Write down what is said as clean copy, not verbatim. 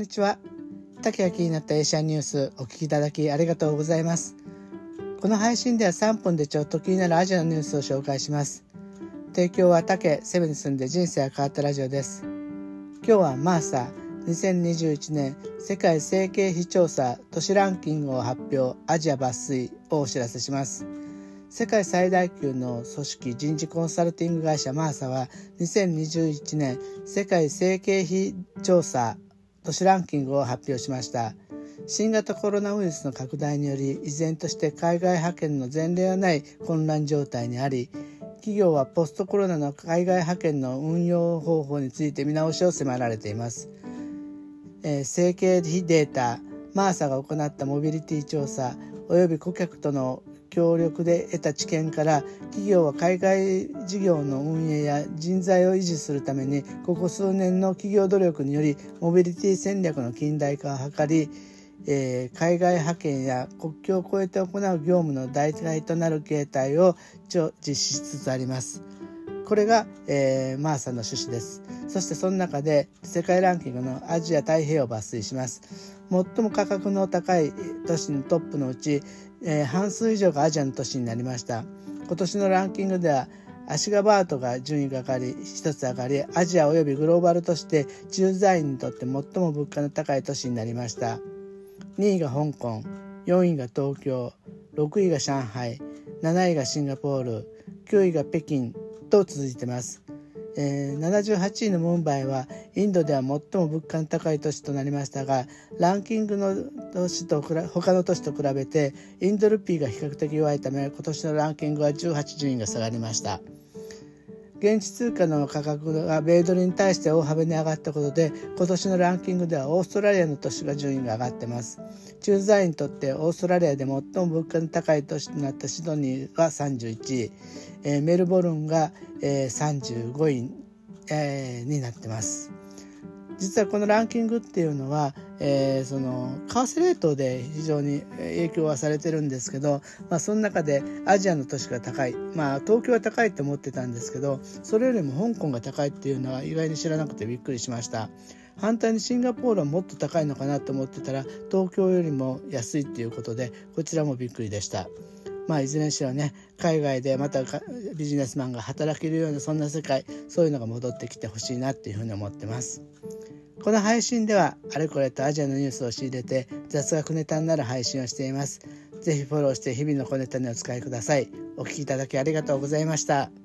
にちは。竹が気になったエーシャンニュースお聞きいただきありがとうございます。この配信では3分でちょっと気になるアジアのニュースを紹介します。提供は竹セブンに住んで人生が変わったラジオです。今日はマーサ2021年世界生計費調査都市ランキングを発表アジア抜粋をお知らせします。世界最大級の組織人事コンサルティング会社マーサは2021年世界生計費調査都市ランキングを発表しました。新型コロナウイルスの拡大により依然として海外派遣の前例はない混乱状態にあり、企業はポストコロナの海外派遣の運用方法について見直しを迫られています。生計費データマーサが行ったモビリティ調査および顧客との協力で得た知見から企業は海外事業の運営や人材を維持するためにここ数年の企業努力によりモビリティ戦略の近代化を図り、海外派遣や国境を越えて行う業務の代替となる形態を実施しつつあります。これが、マーサの趣旨です。そしてその中で世界ランキングのアジア太平洋を抜粋します。最も価格の高い都市のトップのうち、半数以上がアジアの都市になりました。今年のランキングではアシガバートが順位が一つ上がり、アジアおよびグローバルとして駐在員にとって最も物価の高い都市になりました。2位が香港、4位が東京、6位が上海、7位がシンガポール、9位が北京と続いています。78位のムンバイはインドでは最も物価の高い都市となりましたが、ランキングの都市と他の都市と比べてインドルピーが比較的弱いため今年のランキングは18順位が下がりました。現地通貨の価格が米ドルに対して大幅に上がったことで今年のランキングではオーストラリアの都市が順位が上がっています。駐在員にとってオーストラリアで最も物価の高い都市となったシドニーは31位、メルボルンが、35位、になっています。実はこのランキングっていうのは、その為替レートで非常に影響はされてるんですけど、その中でアジアの都市が高い、東京は高いと思ってたんですけど、それよりも香港が高いっていうのは意外に知らなくてびっくりしました。反対にシンガポールはもっと高いのかなと思ってたら東京よりも安いっていうことでこちらもびっくりでした。いずれにしろね、海外でまたビジネスマンが働けるようなそんな世界、そういうのが戻ってきてほしいなっていうふうに思ってます。この配信ではあれこれとアジアのニュースを仕入れて雑学ネタになる配信をしています。ぜひフォローして日々の小ネタにお使いください。お聞きいただきありがとうございました。